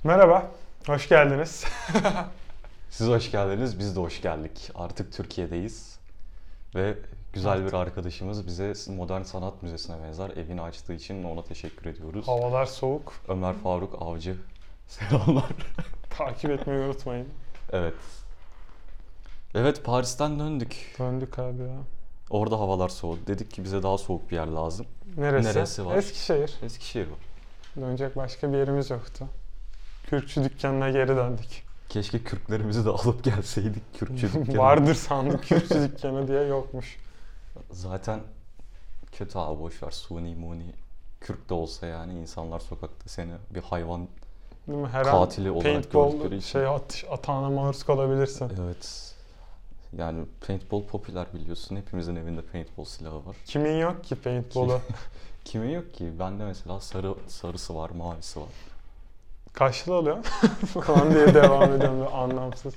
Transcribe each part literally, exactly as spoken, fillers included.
Merhaba, hoş geldiniz. Siz hoş geldiniz, biz de hoş geldik. Artık Türkiye'deyiz ve güzel bir arkadaşımız bize Modern Sanat Müzesi'ne benzer evini açtığı için ona teşekkür ediyoruz. Havalar soğuk. Ömer Faruk Avcı, selamlar. Takip etmeyi unutmayın. Evet. Evet, Paris'ten döndük. Döndük abi ya. Orada havalar soğuk. Dedik ki bize daha soğuk bir yer lazım. Neresi? Neresi var? Eskişehir. Eskişehir var. Dönecek başka bir yerimiz yoktu. Kürkçü dükkanına geri döndük. Keşke kürklerimizi de alıp gelseydik Kürkçü dükkanı. Vardır sandık Kürkçü dükkanı diye yokmuş. Zaten kötü abi, boş ver, suni muni. Kürk de olsa yani insanlar sokakta seni bir hayvan Değil mi? Her katili an olarak gördükleri paintball için. şey at, atağına maruz kalabilirsin. Evet. Yani paintball popüler biliyorsun. Hepimizin evinde paintball silahı var. Kimin yok ki paintball'u? Kimin yok ki? Bende mesela sarı sarısı var, mavisi var. Kaçlı alıyor? Falan diye devam ediyorum böyle anlamsız.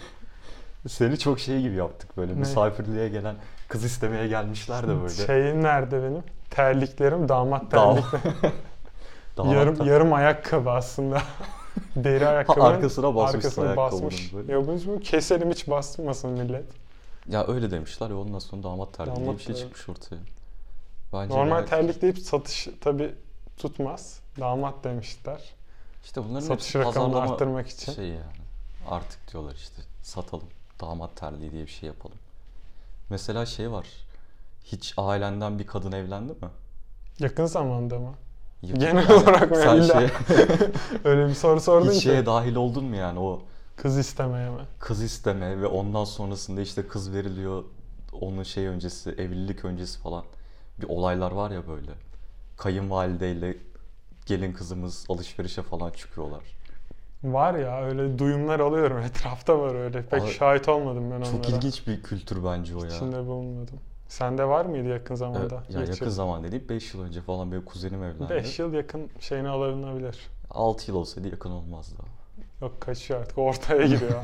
Seni çok şey gibi yaptık böyle. Ne? Misafirliğe gelen, kız istemeye gelmişler de böyle. Şeyim nerede benim? Terliklerim, damat Dam- terliklerim. Damat yarım da- yarım ayakkabı aslında. Deri ayakkabı. arkasına basmışsın arkasına ayakkabının basmış. böyle. Ya bunu keselim hiç basmasın millet. Ya öyle demişler ya, ondan sonra damat terliği diye Damat bir şey terliği. çıkmış ortaya. Bence Normal gayet- terlik deyip satış tabi tutmaz. Damat demişler. İşte bunların Satış hepsi rakamını pazarlama arttırmak için. şey yani. Artık diyorlar işte satalım. Damat terliği diye bir şey yapalım. Mesela şey var. Hiç ailenden bir kadın evlendi mi? Yakın zamanda mı? Yok. Genel Yani olarak mı? sen İlla şey, öyle bir soru sordun hiç ki. şeye dahil oldun mu yani, o Kız istemeye mi? kız isteme ve ondan sonrasında işte kız veriliyor, onun şey öncesi, evlilik öncesi falan bir olaylar var ya böyle. Kayınvalideyle gelin kızımız alışverişe falan çıkıyorlar. Var ya öyle duyumlar alıyorum. Etrafta var öyle. Pek Abi, şahit olmadım ben onlara. Çok ilginç bir kültür bence o ya. İçinde bulunmadım. Sende var mıydı yakın zamanda? Evet, ya Geç yakın yıl. zaman dediğim beş yıl önce falan benim kuzenim evlendi. beş yıl yakın şeyine alınabilir. altı yıl olsaydı yakın olmazdı. Yok kaçıyor artık ortaya giriyor.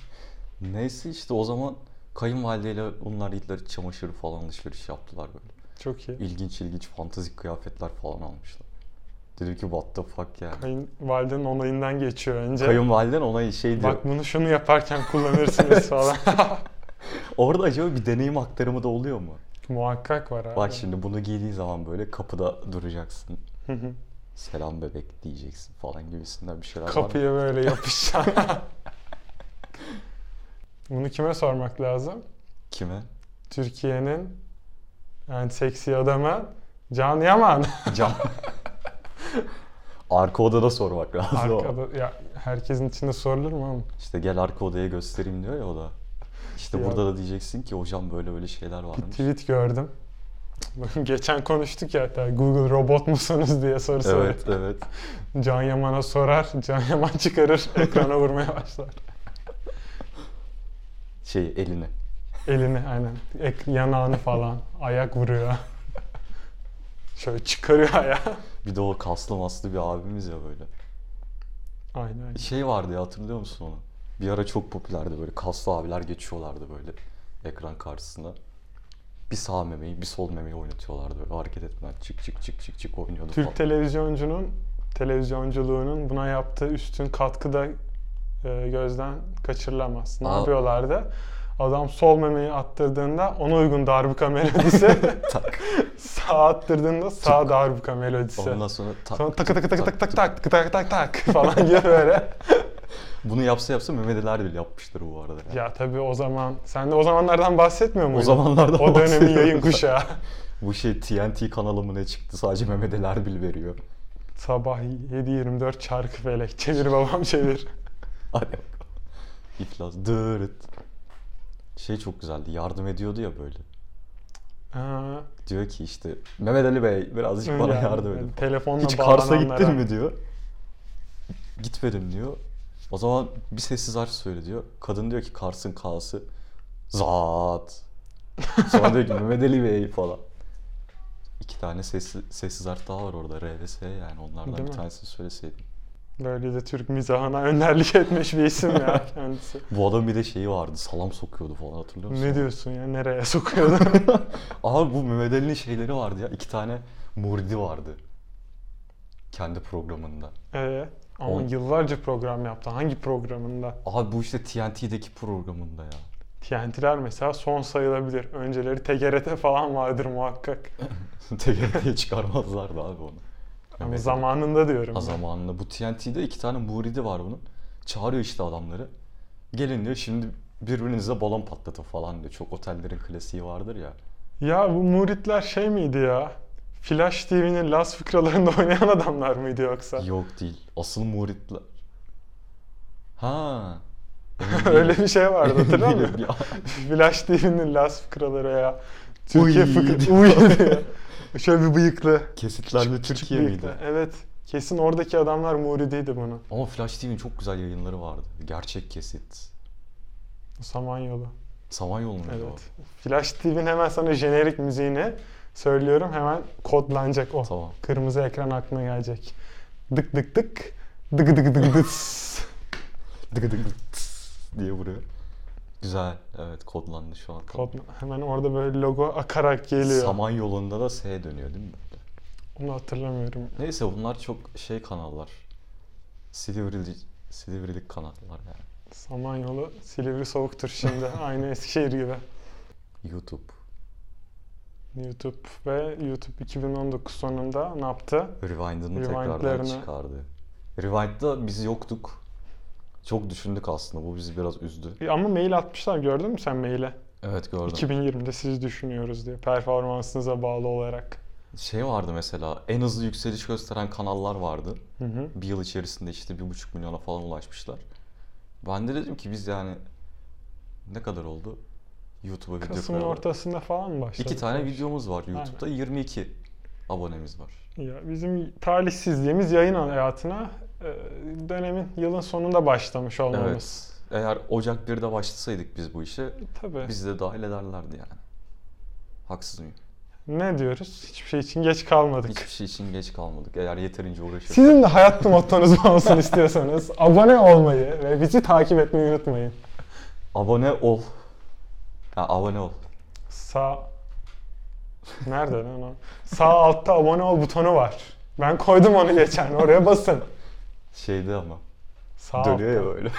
Neyse işte o zaman kayınvalideyle onlar gittiler, çamaşır falan alışveriş yaptılar böyle. Çok iyi. İlginç ilginç fantastik kıyafetler falan almışlar. Dedim ki what the fuck yani. Kayınvalidenin onayından geçiyor önce. Kayınvaliden ona şey diyor. Bak bunu şunu yaparken kullanırsınız falan. Orada acaba bir deneyim aktarımı da oluyor mu? Muhakkak var abi. Bak şimdi bunu giydiği zaman böyle kapıda duracaksın. Selam bebek diyeceksin falan gibisinden bir şeyler var mı? Kapıya böyle yapışacaksın. Bunu kime sormak lazım? Kime? Türkiye'nin en seksi adamı Can Yaman. Can. Arka odada sormak lazım. Arkada ya herkesin içinde sorulur mu oğlum? İşte gel arka odaya göstereyim diyor ya o da. İşte Ya. burada da diyeceksin ki hocam böyle böyle şeyler Bir varmış. tweet gördüm. Geçen konuştuk ya hatta Google robot musunuz diye soru soruyor. Evet evet. Can Yaman'a sorar, Can Yaman çıkarır, ekrana vurmaya başlar. Şey elini. Elini aynen, ek, yanağını falan, ayak vuruyor. Şöyle çıkarıyor ayağı. Bir de o kaslı maslı bir abimiz ya böyle. Aynen. Şey vardı ya, hatırlıyor musun onu? Bir ara çok popülerdi böyle, kaslı abiler geçiyorlardı böyle ekran karşısında. Bir sağ memeyi bir sol memeyi oynatıyorlardı böyle hareket etmeden çık çık çık çık çık oynuyordu Türk falan. televizyoncunun, televizyonculuğunun buna yaptığı üstün katkı da e, gözden kaçırılamaz. Ne Aa. yapıyorlardı? Adam sol memeyi attırdığında ona uygun darbuka melodisi, Tak. sağ attırdığında sağ darbuka melodisi. Ondan sonra tak, Sonra tak tak tak tak tak tak tak tak tak tak falan gibi böyle. Bunu yapsa yapsa Mehmet Ali Erbil yapmıştır bu arada. Yani. Ya tabii o zaman, sen de o zamanlardan bahsetmiyor muydun? O zamanlarda O dönemin bahsediyorum yayın ben. kuşağı. Bu şey T N T kanalı mı ne çıktı, sadece Mehmet Ali Erbil veriyor. Sabah yedi yirmi dört çarkı felek. Çevir babam çevir. Hadi bakalım. İflas. Dırıt. Şey çok güzeldi. Yardım ediyordu ya böyle. Ha, Diyor ki işte Mehmet Ali Bey birazcık bana yani, yardım edin. yani telefonla Hiç Kars'a bağlananlara. gittin mi diyor. Gitmedim diyor. O zaman bir sessiz harf söyle diyor. Kadın diyor ki Kars'ın K'sı zat. Sonra diyor ki Mehmet Ali Bey falan. İki tane sessiz, sessiz harf daha var orada. R ve S yani. Onlardan Değil bir mi? tanesini söyleseydim. Böyle de Türk mizahına önderlik etmiş bir isim ya kendisi. Bu adam bir de şeyi vardı. Salam sokuyordu falan, hatırlıyor musun? Ne diyorsun ya? Nereye sokuyordu? Abi bu Mehmet Ali'nin şeyleri vardı ya. İki tane muridi vardı. Kendi programında. Ee, Ama On- yıllarca program yaptı. Hangi programında? Abi bu işte T N T'deki programında ya. T N T'ler mesela son sayılabilir. Önceleri T G R T falan vardır muhakkak. T G R T'ye çıkarmazlardı abi onu. Ama Mehmet Ali. zamanında diyorum. Ha, ben. zamanında. Bu T N T'de iki tane muridi var bunun. Çağırıyor işte adamları. Gelin diyor şimdi birbirinize balon patlatın falan diyor. Çok otellerin klasiği vardır ya. Ya bu muritler şey miydi ya? Flash T V'nin Las Fıkralarında oynayan adamlar mıydı yoksa? Yok değil. Asıl muritler. Ha. Öyle bir şey vardı hatırlıyor musun? Ya. Flash T V'nin Las Fıkraları ya. Türkiye Uy. fıkra... Uy diyor. Şöyle bir bıyıklı. Kesitlerle Küçük Türkiye bıyıklı. miydi? Evet. Kesin oradaki adamlar muridiydi bunu. Ama Flash T V'nin çok güzel yayınları vardı. Gerçek kesit. Samanyolu. Samanyolu muydu Evet. Flash T V'nin hemen sana jenerik müziğini söylüyorum. Hemen kodlanacak o. o? Tamam. Kırmızı ekran aklına gelecek. Dık dık dık. Dık dık dık dıs. Dık dık dık tıs diye vuruyor. Güzel. Evet kodlandı şu an. Kod, hemen orada böyle logo akarak geliyor. Samanyolu'nda da S dönüyor değil mi böyle? Onu hatırlamıyorum. Neyse bunlar çok şey kanallar. Silivrilik, Silivrilik kanallar yani. Samanyolu, Silivri soğuktur şimdi. Aynı Eskişehir gibi. YouTube. YouTube ve YouTube iki bin on dokuz sonunda ne yaptı? Rewind'ını tekrardan Rewind'lerini. çıkardı. Rewind'da biz yoktuk. Çok düşündük aslında. Bu bizi biraz üzdü. E, Ama mail atmışlar, gördün mü sen maili? Evet gördüm. iki bin yirmide sizi düşünüyoruz diye. Performansınıza bağlı olarak. Şey vardı mesela, en hızlı yükseliş gösteren kanallar vardı. Hı hı. Bir yıl içerisinde işte bir buçuk milyona falan ulaşmışlar. Ben de dedim ki biz yani ne kadar oldu? YouTube'a video Kasım'ın koyalım. ortasında falan mı başladık? İki tane videomuz var YouTube'da. yirmi iki abonemiz var. Ya bizim talihsizliğimiz yayın hayatına e, dönemin yılın sonunda başlamış olmamız. Evet. Eğer Ocak birde başlasaydık biz bu işe Tabii. bizi de dahil ederlerdi yani. Haksız mıyım? Ne diyoruz? Hiçbir şey için geç kalmadık. Hiçbir şey için geç kalmadık. Eğer yeterince uğraşırsak. Sizin de hayat mottonuz olsun istiyorsanız abone olmayı ve bizi takip etmeyi unutmayın. Abone ol. Ha, abone ol. Sağ... Nerede lan o? Sağ altta abone ol butonu var. Ben koydum onu geçen. Oraya basın. Şeyde ama. Sağ Dönüyor altta. ya böyle.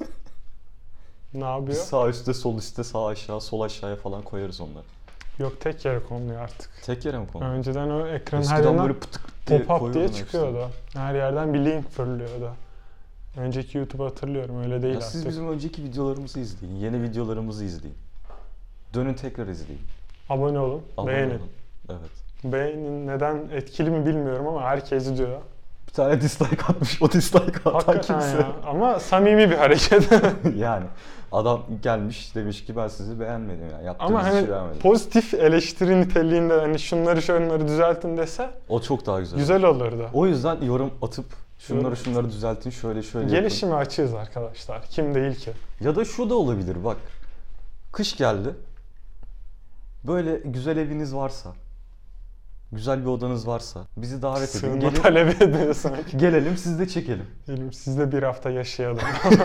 Ne yapıyor? Sağ üstte, sol üstte, sağ aşağı, sol aşağıya falan koyarız onları. Yok, tek yere konuluyor artık. Tek yere mi konu? Önceden o ekranın her Eskiden yerinden böyle pıtık diye pop-up diye koyuyordun çıkıyordu. Her yerden bir link fırlıyordu. Önceki YouTube'u hatırlıyorum, öyle değil Ya artık. siz bizim önceki videolarımızı izleyin. Yeni videolarımızı izleyin. Dönün tekrar izleyin. Abone olun, Abone beğenin. olun. Evet. Beğenin neden etkili mi bilmiyorum ama herkes diyor. Bir tane dislike atmış. O dislike atan Hakikaten kimse. ya. Ama samimi bir hareket. Yani adam gelmiş demiş ki ben sizi beğenmedim yani. Yaptığınız Ama hani işi beğenmedim. pozitif eleştiri niteliğinde hani şunları şunları düzeltin dese O çok daha güzel. güzel olurdu. O yüzden yorum atıp şunları Yorum. şunları düzeltin şöyle şöyle yapın. Gelişime açığız arkadaşlar. Kim değil ki? Ya da şu da olabilir bak. Kış geldi. Böyle güzel eviniz varsa, güzel bir odanız varsa bizi davet edin. Sığınma Gelin, talep ediyorsun. gelelim siz de çekelim. Gelin sizle bir hafta yaşayalım.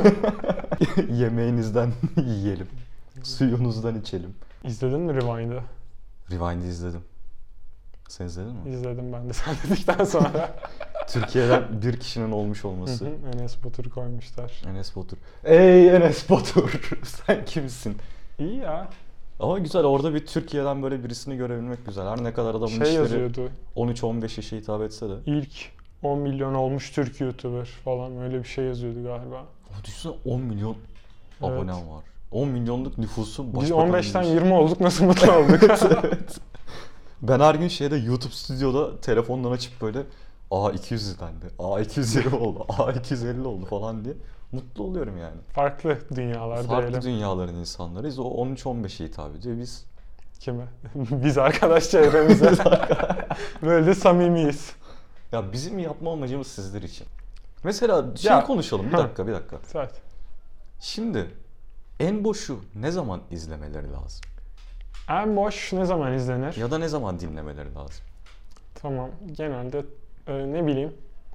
Yemeğinizden yiyelim. Suyunuzdan içelim. İzledin mi Rewind'ı? Rewind'i izledim. Sen izledin mi? İzledim ben de sen dedikten sonra. Türkiye'den bir kişinin olmuş Hı olması. hı, Enes Batur'u koymuşlar. Enes Batur. Ey Enes Batur! Sen kimsin? İyi ya. Ama güzel orada bir Türkiye'den böyle birisini görebilmek güzel. Her ne kadar adamın Şey işleri yazıyordu. on üç on beş yaşa hitap etse de. İlk on milyon olmuş Türk YouTuber falan, öyle bir şey yazıyordu galiba. O düşünsene on milyon Evet. abonem var. on milyonluk nüfusu Biz başbakan on beşten gibi. yirmi olduk, nasıl mutlu olduk. Evet. Ben her gün şeyde YouTube stüdyoda telefondan açıp böyle A iki yüz izlendi, A iki yüz yirmi oldu, A iki yüz elli oldu falan diye mutlu oluyorum yani. Farklı dünyalar Farklı diyelim. dünyaların insanlarıyız. O on üç on beşe hitap ediyor. Biz Kime? Biz arkadaş çevremize. Böyle de samimiyiz. ya bizim yapma amacımız sizler için. Mesela şey Ya, konuşalım. Bir ha. dakika, bir dakika. Evet. Şimdi en boşu ne zaman izlemeleri lazım? En boş ne zaman izlenir? Ya da ne zaman dinlemeleri lazım? Tamam. Genelde e, ne bileyim,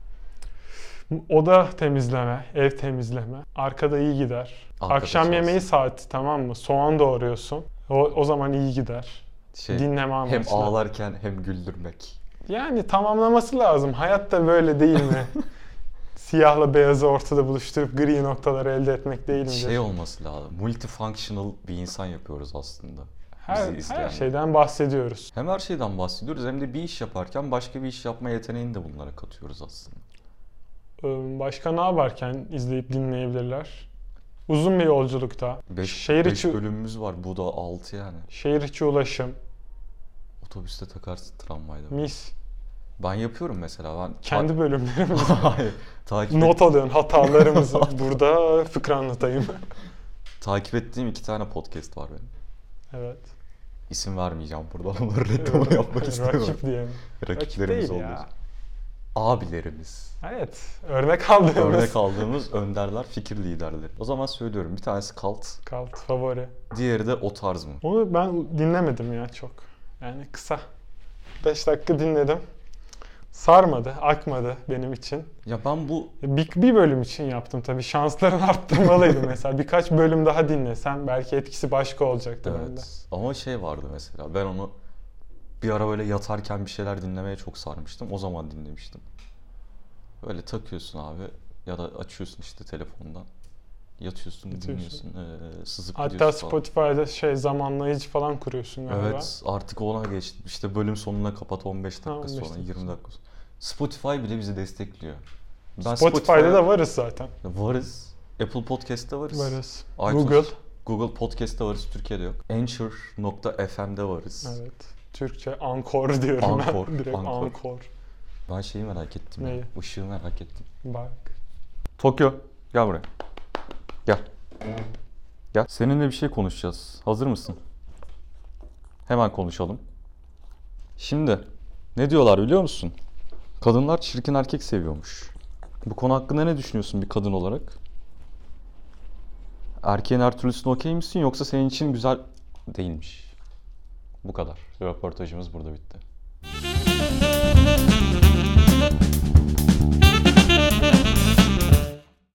oda temizleme, ev temizleme. Arkada iyi gider. Arkada Akşam çalsın. yemeği saati, tamam mı? Soğan doğruyorsun. O, o zaman iyi gider. Şey, Dinleme hem amaçlı. ağlarken hem güldürmek. Yani tamamlaması lazım. Hayat da böyle değil mi? siyahla beyazı ortada buluşturup gri noktaları elde etmek değil midir? Şey olması lazım. Multifunctional bir insan yapıyoruz aslında. her, bizi her izleyen. şeyden bahsediyoruz. Hem her şeyden bahsediyoruz hem de bir iş yaparken başka bir iş yapma yeteneğini de bunlara katıyoruz aslında. Ee, Başka ne yaparken izleyip dinleyebilirler? Uzun bir yolculukta. beş şehir içi bölümümüz var. Bu da altı yani. şehir içi ulaşım. Otobüste takarsın, tramvayda. Mis. Ben yapıyorum mesela. Ben Kendi bölümlerimizi Hayır. Takip, et- not alıyorsun hatalarımızı. Burada fıkra anlatayım. takip ettiğim iki tane podcast var benim. Evet. İsim vermeyeceğim burada. Onların reklamını yapmak istemiyorum. Rakip diyelim. Rakip Rakiplerimiz değil olduğu ya. için. Abilerimiz. Evet. Örnek aldığımız. Örnek aldığımız önderler, fikir liderleri. O zaman söylüyorum. Bir tanesi Cult, Kalt favori. diğeri de O Tarz mı? Onu ben dinlemedim ya çok. Yani kısa. beş dakika dinledim. Sarmadı, akmadı benim için. Ya ben bu Bir, bir bölüm için yaptım tabii. Şanslarını arttırmalıydım mesela. Birkaç bölüm daha dinlesem belki etkisi başka olacaktı bende. evet. Ama şey vardı mesela. Ben onu bir ara böyle yatarken bir şeyler dinlemeye çok sarmıştım. O zaman dinlemiştim. Böyle takıyorsun abi ya da açıyorsun işte telefondan. Yatıyorsun, Yatıyorsun. dinliyorsun, ee, sızıp Hatta gidiyorsun falan. Spotify'da şey zamanlayıcı falan kuruyorsun galiba. Evet, artık ona geçtim. İşte bölüm sonuna kapat on beş dakika Ha, on beş sonra, dakika yirmi sonra. dakika sonra. Spotify bile bizi destekliyor. Ben Spotify'da da varız zaten. varız. Apple Podcast'ta varız. Varız. iTunes, Google. Google Podcast'ta varız, Türkiye'de yok. Anchor nokta F M'de varız. Evet. Türkçe Anchor diyorum Anchor, ben. Direkt Anchor. Anchor. Ben şeyi merak ettim Neyi? ya. Işığı merak ettim. Bak. Tokyo, gel buraya. Gel. Gel. Seninle bir şey konuşacağız. Hazır mısın? Hemen konuşalım. Şimdi ne diyorlar biliyor musun? Kadınlar çirkin erkek seviyormuş. Bu konu hakkında ne düşünüyorsun bir kadın olarak? Erkeğin her türlüsüne okey misin yoksa senin için güzel değilmiş? Bu kadar. Röportajımız burada bitti.